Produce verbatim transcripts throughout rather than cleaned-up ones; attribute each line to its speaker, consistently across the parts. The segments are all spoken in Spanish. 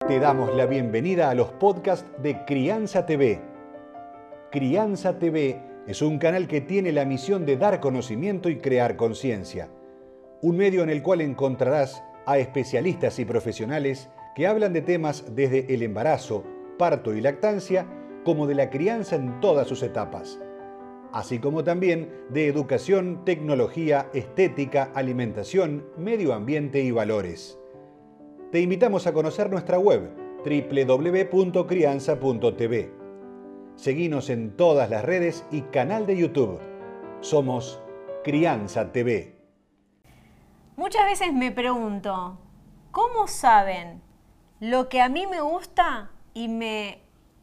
Speaker 1: Te damos la bienvenida a los podcasts de Crianza T V. Crianza T V es un canal que tiene la misión de dar conocimiento y crear conciencia. Un medio en el cual encontrarás a especialistas y profesionales que hablan de temas desde el embarazo, parto y lactancia, como de la crianza en todas sus etapas, así como también de educación, tecnología, estética, alimentación, medio ambiente y valores. Te invitamos a conocer nuestra web doble u doble u doble u punto crianza punto t v. Seguinos en todas las redes y canal de YouTube. Somos Crianza T V.
Speaker 2: Muchas veces me pregunto, ¿cómo saben lo que a mí me gusta y me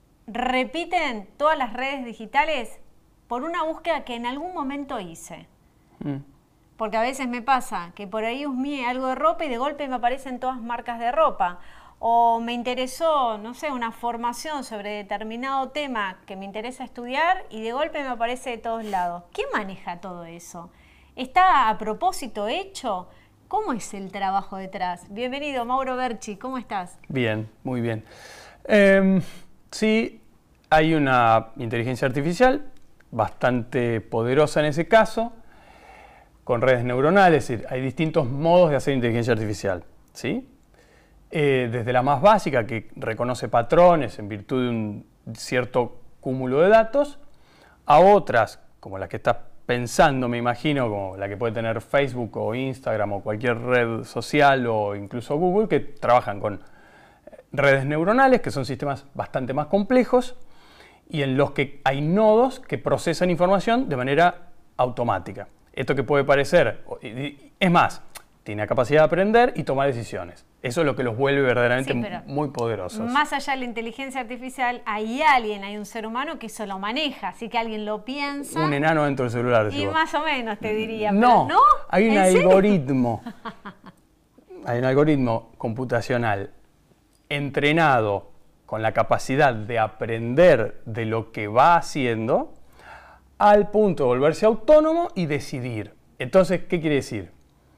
Speaker 2: repiten todas las redes digitales por una búsqueda que en algún momento hice? Mm. Porque a veces me pasa que por ahí husmeé algo de ropa y de golpe me aparecen todas marcas de ropa. O me interesó, no sé, una formación sobre determinado tema que me interesa estudiar y de golpe me aparece de todos lados. ¿Quién maneja todo eso? ¿Está a propósito hecho? ¿Cómo es el trabajo detrás? Bienvenido, Mauro Berchi, ¿cómo estás?
Speaker 3: Bien, muy bien. Eh, sí, hay una inteligencia artificial bastante poderosa en ese caso, con redes neuronales, es decir, hay distintos modos de hacer inteligencia artificial, ¿sí? Eh, desde la más básica, que reconoce patrones en virtud de un cierto cúmulo de datos, a otras, como la que estás pensando, me imagino, como la que puede tener Facebook o Instagram o cualquier red social o incluso Google, que trabajan con redes neuronales, que son sistemas bastante más complejos y en los que hay nodos que procesan información de manera automática. Esto que puede parecer, es más, tiene la capacidad de aprender y tomar decisiones. Eso es lo que los vuelve verdaderamente sí, muy poderosos.
Speaker 2: Más allá de la inteligencia artificial, hay alguien, hay un ser humano que eso lo maneja, así que alguien lo piensa.
Speaker 3: Un enano dentro del celular.
Speaker 2: Y más o menos te diría.
Speaker 3: No,
Speaker 2: pero ¿no?
Speaker 3: Hay un algoritmo. Hay un algoritmo computacional entrenado con la capacidad de aprender de lo que va haciendo al punto de volverse autónomo y decidir. Entonces, ¿qué quiere decir?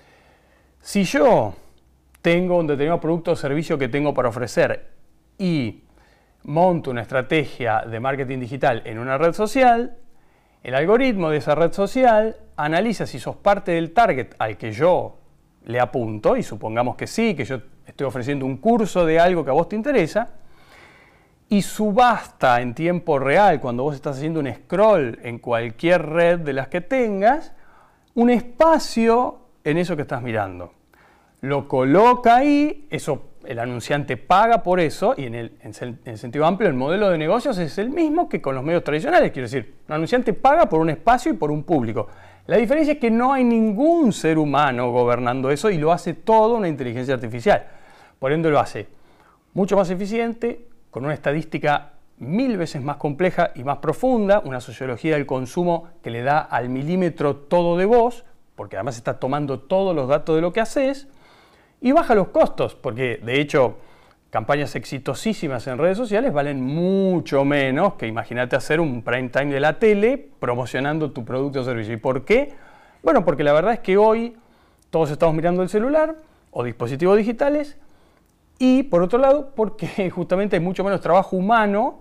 Speaker 3: Si yo tengo un determinado producto o servicio que tengo para ofrecer y monto una estrategia de marketing digital en una red social, el algoritmo de esa red social analiza si sos parte del target al que yo le apunto, y supongamos que sí, que yo estoy ofreciendo un curso de algo que a vos te interesa, y subasta en tiempo real, cuando vos estás haciendo un scroll en cualquier red de las que tengas, un espacio en eso que estás mirando. Lo coloca ahí, eso, el anunciante paga por eso, y en el, en el sentido amplio el modelo de negocios es el mismo que con los medios tradicionales. Quiero decir, un anunciante paga por un espacio y por un público. La diferencia es que no hay ningún ser humano gobernando eso y lo hace todo una inteligencia artificial. Por ende lo hace mucho más eficiente, con una estadística mil veces más compleja y más profunda, una sociología del consumo que le da al milímetro todo de vos, porque además está tomando todos los datos de lo que haces, y baja los costos, porque de hecho campañas exitosísimas en redes sociales valen mucho menos que imagínate hacer un prime time de la tele promocionando tu producto o servicio. ¿Y por qué? Bueno, porque la verdad es que hoy todos estamos mirando el celular o dispositivos digitales, y por otro lado porque justamente hay mucho menos trabajo humano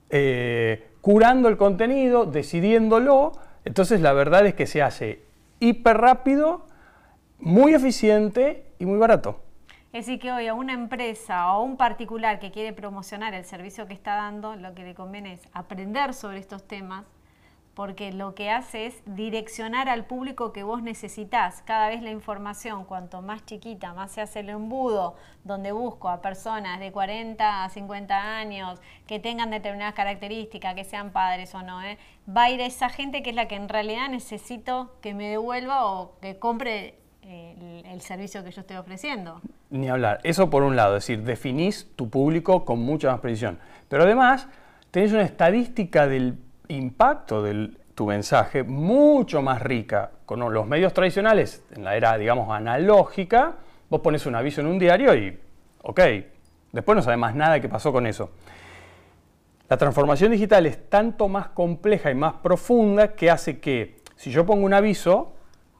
Speaker 3: eh, curando el contenido, decidiéndolo. Entonces la verdad es que se hace hiper rápido, muy eficiente y muy barato.
Speaker 2: Es decir, que hoy a una empresa o a un particular que quiere promocionar el servicio que está dando, lo que le conviene es aprender sobre estos temas, porque lo que hace es direccionar al público que vos necesitás. Cada vez la información, cuanto más chiquita, más se hace el embudo, donde busco a personas de cuarenta a cincuenta años, que tengan determinadas características, que sean padres o no, ¿eh? Va a ir a esa gente que es la que en realidad necesito que me devuelva o que compre el, el servicio que yo estoy ofreciendo.
Speaker 3: Ni hablar. Eso por un lado, es decir, definís tu público con mucha más precisión. Pero además, tenés una estadística del impacto de tu mensaje mucho más rica. Con los medios tradicionales, en la era, digamos, analógica, vos pones un aviso en un diario y, ok, después no sabés más nada de qué pasó con eso. La transformación digital es tanto más compleja y más profunda que hace que, si yo pongo un aviso,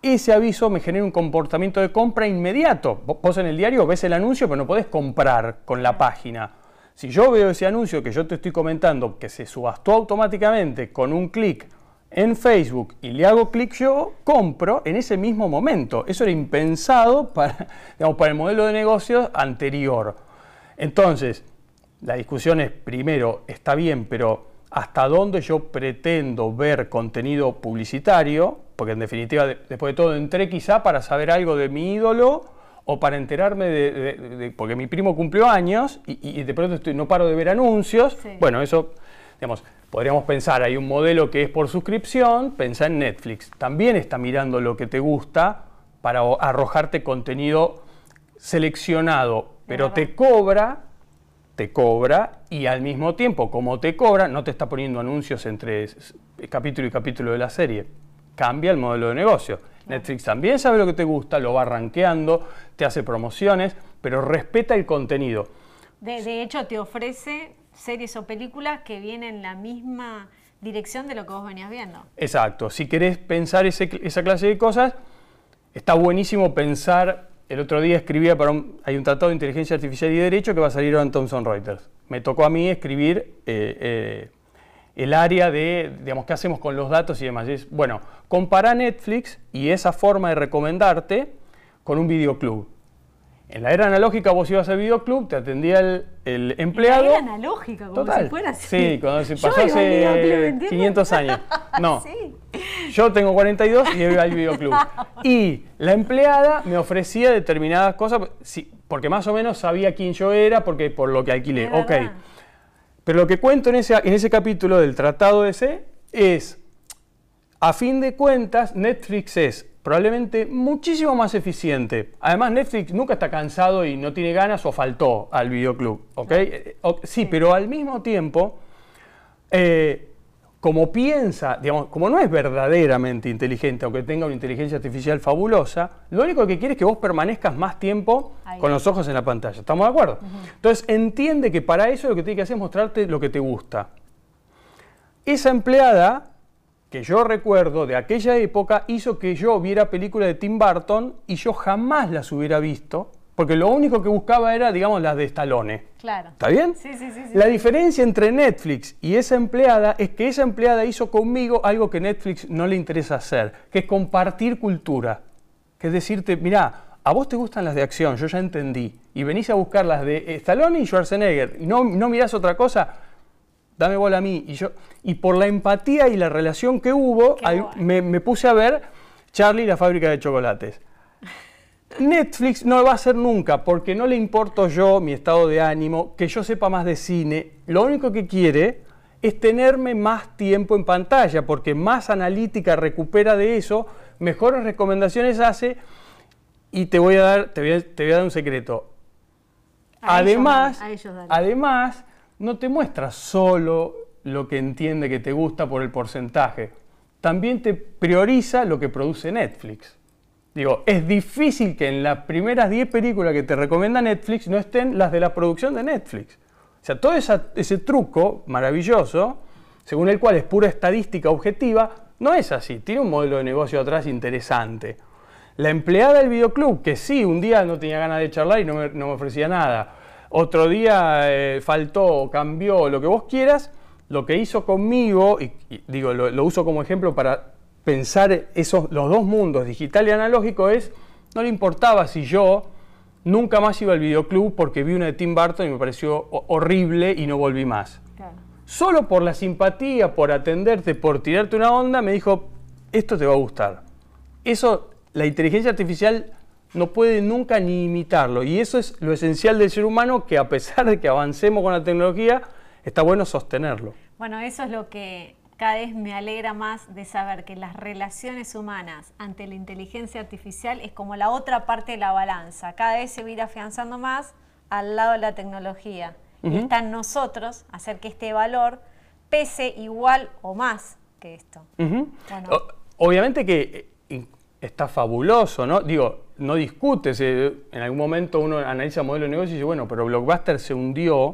Speaker 3: ese aviso me genera un comportamiento de compra inmediato. Vos en el diario ves el anuncio, pero no podés comprar con la página. Si yo veo ese anuncio que yo te estoy comentando, que se subastó automáticamente con un clic en Facebook y le hago clic yo, compro en ese mismo momento. Eso era impensado para, digamos, para el modelo de negocio anterior. Entonces, la discusión es, primero, está bien, pero ¿hasta dónde yo pretendo ver contenido publicitario? Porque en definitiva, de, después de todo, entré quizá para saber algo de mi ídolo o para enterarme de, de, de porque mi primo cumplió años y, y de pronto estoy, no paro de ver anuncios. Sí. Bueno, eso, digamos, podríamos pensar, hay un modelo que es por suscripción, pensá en Netflix. También está mirando lo que te gusta para arrojarte contenido seleccionado, pero te cobra, te cobra y al mismo tiempo, como te cobra, no te está poniendo anuncios entre capítulo y capítulo de la serie. Cambia el modelo de negocio. Netflix también sabe lo que te gusta, lo va rankeando, te hace promociones, pero respeta el contenido.
Speaker 2: De, de hecho, te ofrece series o películas que vienen en la misma dirección de lo que vos venías viendo.
Speaker 3: Exacto. Si querés pensar ese, esa clase de cosas, está buenísimo pensar. El otro día escribía para un, hay un tratado de inteligencia artificial y derecho que va a salir ahora en Thomson Reuters. Me tocó a mí escribir eh, eh, el área de, digamos, qué hacemos con los datos y demás. Y es, bueno, compara Netflix y esa forma de recomendarte con un videoclub. En la era analógica vos ibas al videoclub, te atendía el, el empleado.
Speaker 2: En la era analógica, como
Speaker 3: Total.
Speaker 2: si fuera así.
Speaker 3: Sí, cuando se pasó hace quinientos años. No, sí. Yo tengo cuarenta y dos y iba al videoclub. Y la empleada me ofrecía determinadas cosas, sí, porque más o menos sabía quién yo era, porque por lo que alquilé. Ok. Pero lo que cuento en ese, en ese capítulo del tratado ese es, a fin de cuentas, Netflix es probablemente muchísimo más eficiente. Además, Netflix nunca está cansado y no tiene ganas o faltó al videoclub. ¿Okay? No. Sí, sí, pero al mismo tiempo, eh, como piensa, digamos, como no es verdaderamente inteligente, aunque tenga una inteligencia artificial fabulosa, lo único que quiere es que vos permanezcas más tiempo Ahí. con los ojos en la pantalla. ¿Estamos de acuerdo? Uh-huh. Entonces, entiende que para eso lo que tiene que hacer es mostrarte lo que te gusta. Esa empleada, que yo recuerdo de aquella época, hizo que yo viera películas de Tim Burton y yo jamás las hubiera visto, porque lo único que buscaba era, digamos, las de Stallone.
Speaker 2: Claro.
Speaker 3: ¿Está bien?
Speaker 2: Sí, sí, sí, sí.
Speaker 3: La diferencia entre Netflix y esa empleada es que esa empleada hizo conmigo algo que Netflix no le interesa hacer, que es compartir cultura. Que es decirte, mirá, a vos te gustan las de acción, yo ya entendí, y venís a buscar las de Stallone y Schwarzenegger, y no, no mirás otra cosa, dame bola a mí. Y, yo, y por la empatía y la relación que hubo, al, me, me puse a ver Charlie y la fábrica de chocolates. Netflix no lo va a hacer nunca, porque no le importo yo, mi estado de ánimo, que yo sepa más de cine. Lo único que quiere es tenerme más tiempo en pantalla, porque más analítica recupera de eso, mejores recomendaciones hace, y te voy a dar, te voy a, te voy a dar un secreto. A además, ellos, a ellos además, no te muestra solo lo que entiende que te gusta por el porcentaje, también te prioriza lo que produce Netflix. Digo, es difícil que en las primeras diez películas que te recomienda Netflix no estén las de la producción de Netflix. O sea, todo esa, ese truco maravilloso, según el cual es pura estadística objetiva, no es así. Tiene un modelo de negocio atrás interesante. La empleada del videoclub, que sí, un día no tenía ganas de charlar y no me, no me ofrecía nada. Otro día eh, faltó, cambió, lo que vos quieras, lo que hizo conmigo, y, y digo, lo, lo uso como ejemplo para pensar esos, los dos mundos, digital y analógico, es, no le importaba si yo nunca más iba al videoclub porque vi una de Tim Burton y me pareció horrible y no volví más. Claro. Solo por la simpatía, por atenderte, por tirarte una onda, me dijo, esto te va a gustar. Eso, la inteligencia artificial no puede nunca ni imitarlo, y eso es lo esencial del ser humano, que a pesar de que avancemos con la tecnología, está bueno sostenerlo.
Speaker 2: Bueno, eso es lo que cada vez me alegra más de saber, que las relaciones humanas ante la inteligencia artificial es como la otra parte de la balanza. Cada vez se va a ir afianzando más al lado de la tecnología. Uh-huh. Y está en nosotros hacer que este valor pese igual o más que esto.
Speaker 3: Uh-huh. Bueno. O, obviamente que está fabuloso, ¿no? Digo, no discutes. En algún momento uno analiza modelo de negocio y dice, bueno, pero Blockbuster se hundió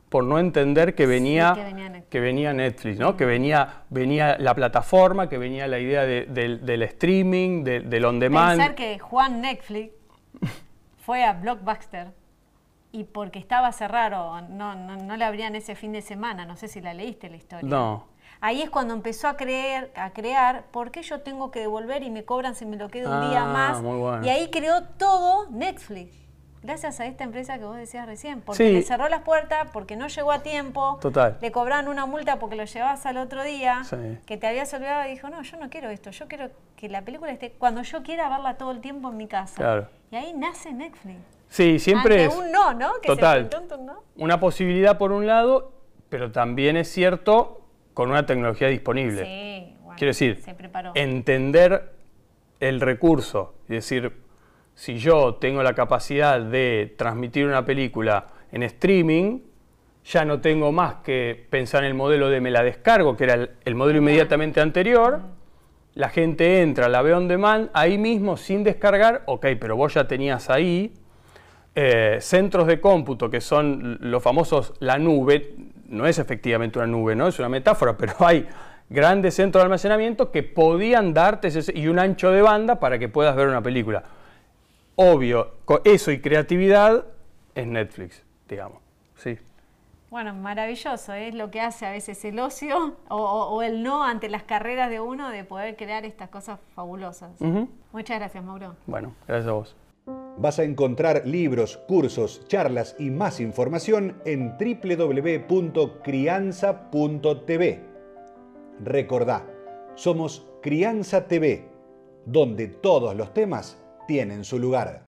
Speaker 3: por no entender que venía,
Speaker 2: sí, que venía Netflix,
Speaker 3: que venía Netflix, ¿no? Que venía, venía la plataforma, que venía la idea de, de, del streaming, de, del on demand.
Speaker 2: Pensar que Juan Netflix fue a Blockbuster y porque estaba cerrado, no, no, no le abrían ese fin de semana, no sé si la leíste la historia.
Speaker 3: No.
Speaker 2: Ahí es cuando empezó a creer, a crear, ¿por qué yo tengo que devolver y me cobran si me lo quedo un
Speaker 3: Ah,
Speaker 2: día más?
Speaker 3: muy bueno.
Speaker 2: Y ahí creó todo Netflix. Gracias a esta empresa que vos decías recién, porque
Speaker 3: Sí.
Speaker 2: le cerró las puertas, porque no llegó a tiempo,
Speaker 3: Total.
Speaker 2: le cobraron una multa porque lo llevabas al otro día,
Speaker 3: Sí.
Speaker 2: que te habías olvidado y dijo, no, yo no quiero esto, yo quiero que la película esté cuando yo quiera verla todo el tiempo en mi casa.
Speaker 3: Claro.
Speaker 2: Y ahí nace Netflix.
Speaker 3: Sí, siempre
Speaker 2: Ante
Speaker 3: es
Speaker 2: un no, ¿no? Que
Speaker 3: total,
Speaker 2: se fue tonto, ¿no?
Speaker 3: una posibilidad por un lado, pero también es cierto con una tecnología disponible.
Speaker 2: Sí, bueno,
Speaker 3: Quiero decir,
Speaker 2: se preparó.
Speaker 3: entender el recurso, es decir, si yo tengo la capacidad de transmitir una película en streaming, ya no tengo más que pensar en el modelo de me la descargo, que era el, el modelo inmediatamente anterior. La gente entra, la ve on demand, ahí mismo sin descargar, ok, pero vos ya tenías ahí eh, centros de cómputo que son los famosos, la nube, no es efectivamente una nube, ¿no? Es una metáfora, pero hay grandes centros de almacenamiento que podían darte ese, y un ancho de banda para que puedas ver una película. Obvio, eso y creatividad es Netflix, digamos, sí.
Speaker 2: Bueno, maravilloso, es lo que hace a veces el ocio o, o, o el no ante las carreras de uno de poder crear estas cosas fabulosas.
Speaker 3: Uh-huh.
Speaker 2: Muchas gracias, Mauro.
Speaker 3: Bueno, gracias a vos.
Speaker 1: Vas a encontrar libros, cursos, charlas y más información en doble u doble u doble u punto crianza punto t v. Recordá, somos Crianza T V, donde todos los temas tienen su lugar.